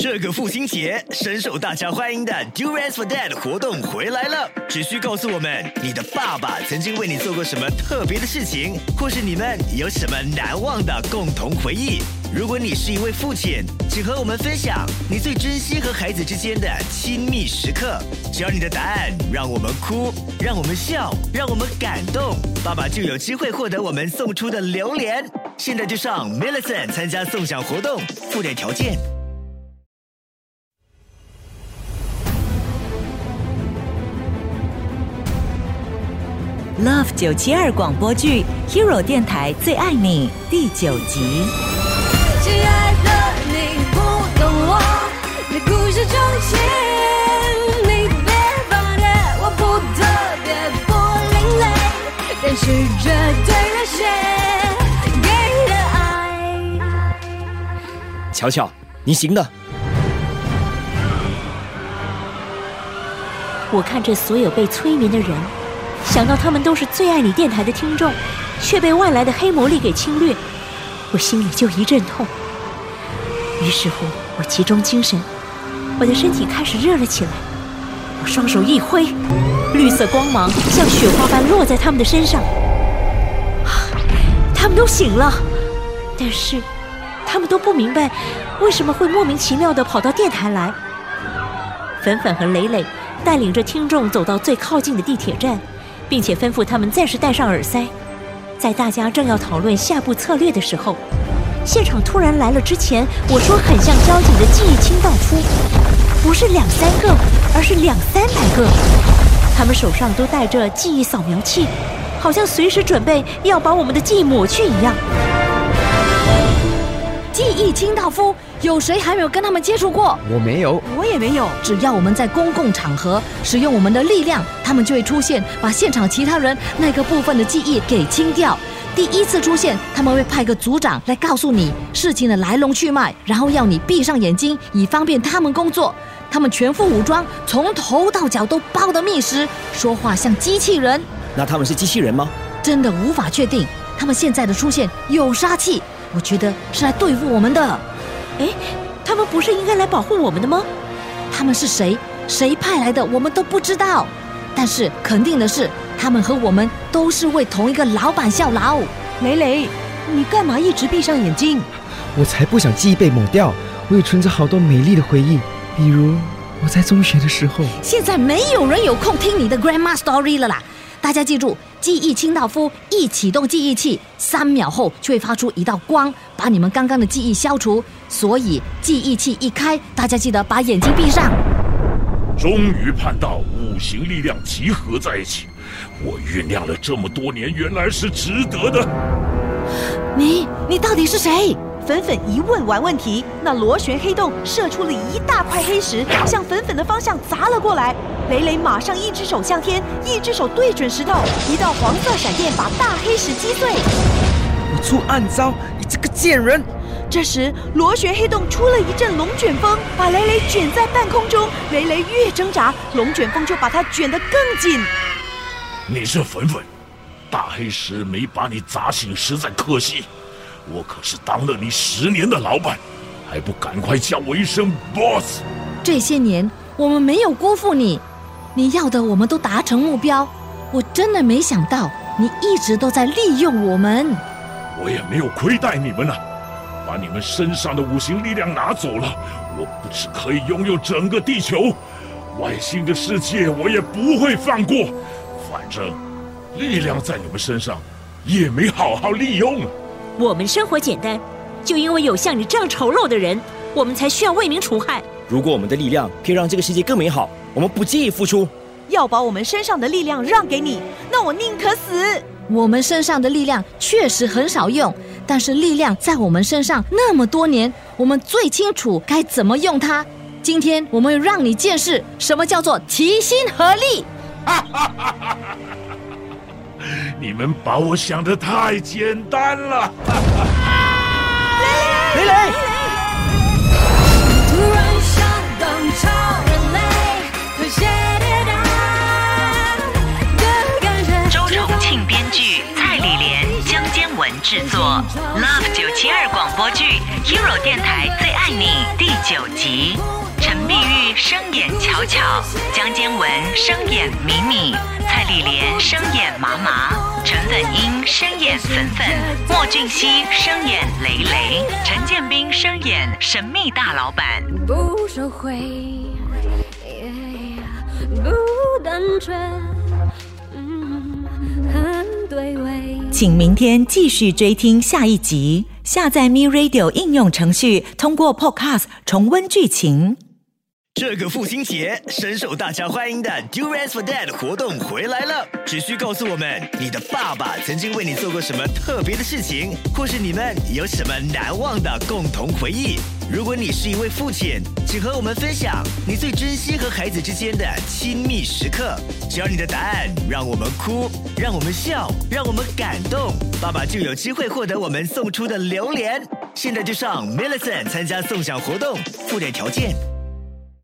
这个父亲节，深受大家欢迎的 Duets for Dad 活动回来了。只需告诉我们你的爸爸曾经为你做过什么特别的事情，或是你们有什么难忘的共同回忆。如果你是一位父亲，请和我们分享你最珍惜和孩子之间的亲密时刻。只要你的答案让我们哭，让我们笑，让我们感动，爸爸就有机会获得我们送出的榴莲。现在就上 Millicent 参加送奖活动，附带条件。 Love 972广播剧 Hero 电台最爱你第9集。 亲爱的，你不懂我的故事中心，你别放电，我不特别不另类，但是绝对热血给的爱。 巧巧，你行的。 我看着所有被催眠的人，想到他们都是最爱你电台的听众，却被外来的黑魔力给侵略，我心里就一阵痛。于是乎，我集中精神，我的身体开始热了起来。我双手一挥，绿色光芒像雪花般落在他们的身上。他们都醒了，但是他们都不明白为什么会莫名其妙地跑到电台来。粉粉和蕾蕾带领着听众走到最靠近的地铁站，并且吩咐他们暂时戴上耳塞。在大家正要讨论下步策略的时候，现场突然来了之前我说很像交警的记忆清道夫，不是2-3个，而是200-300个。他们手上都带着记忆扫描器，好像随时准备要把我们的记忆抹去一样。 记忆清道夫，有谁还没有跟他们接触过？ 我没有， 我也没有。只要我们在公共场合使用我们的力量，他们就会出现，把现场其他人那个部分的记忆给清掉。第一次出现，他们会派个组长来告诉你事情的来龙去脉，然后要你闭上眼睛，以方便他们工作。他们全副武装，从头到脚都包得密实，说话像机器人。 那他们是机器人吗？ 真的无法确定。他们现在的出现有杀气，我觉得是来对付我们的。 诶，他们不是应该来保护我们的吗？ 他们是谁？谁派来的我们都不知道。但是肯定的是，他们和我们都是为同一个老板效劳。 蕾蕾，你干嘛一直闭上眼睛？ 我才不想记忆被抹掉，我也存着好多美丽的回忆，比如我在中学的时候。 现在没有人有空听你的 Grandma Story 了啦！大家记住，记忆清道夫一启动记忆器，3秒后就会发出一道光，把你们刚刚的记忆消除。所以记忆器一开，大家记得把眼睛闭上。 终于盼到5行力量集合在一起，我酝酿了这么多年，原来是值得的。 你到底是谁？ 粉粉一问完问题，那螺旋黑洞射出了一大块黑石，向粉粉的方向砸了过来。蕾蕾马上一只手向天，一只手对准石头，一道黄色闪电把大黑石击碎。 我出暗招，你这个贱人！ 这时，螺旋黑洞出了一阵龙卷风，把蕾蕾卷在半空中。蕾蕾越挣扎，龙卷风就把她卷得更紧。 你是粉粉，大黑石没把你砸醒，实在可惜。我可是当了你10年的老板，还不赶快叫我一声 boss！ 这些年我们没有辜负你，你要的我们都达成目标。我真的没想到你一直都在利用我们。 我也没有亏待你们啊，把你们身上的5行力量拿走了，我不只可以拥有整个地球，外星的世界我也不会放过。反正力量在你们身上也没好好利用啊。 我们生活简单，就因为有像你这样丑陋的人，我们才需要为民除害。 如果我们的力量可以让这个世界更美好，我们不介意付出。 要把我们身上的力量让给你，那我宁可死。 我们身上的力量确实很少用，但是力量在我们身上那么多年，我们最清楚该怎么用它。今天我们会让你见识什么叫做齐心合力。 你们把我想得太简单了。 蕾蕾， 突然想当超人类，可写的感觉。 周重庆编剧，蔡李莲、江坚文制作 ，Love 972广播剧 ，Hero 电台最爱你第 9集。陈碧玉声演巧巧，江坚文声演米米，蔡丽莲声演麻麻，陈粉英声演粉粉，莫俊熙声演雷雷，陈建斌声演神秘大老板。 不收回，不单纯，很对味。 请明天继续追听下一集，下载 Me Radio 应用程序，通过 Podcast 重温剧情。 这个父亲节，深受大家欢迎的 Durians for Dad 活动回来了！只需告诉我们你的爸爸曾经为你做过什么特别的事情，或是你们有什么难忘的共同回忆。如果你是一位父亲，请和我们分享你最珍惜和孩子之间的亲密时刻。只要你的答案让我们哭，让我们笑，让我们感动，爸爸就有机会获得我们送出的榴莲。现在就上 Millicent 参加送奖活动，附带条件。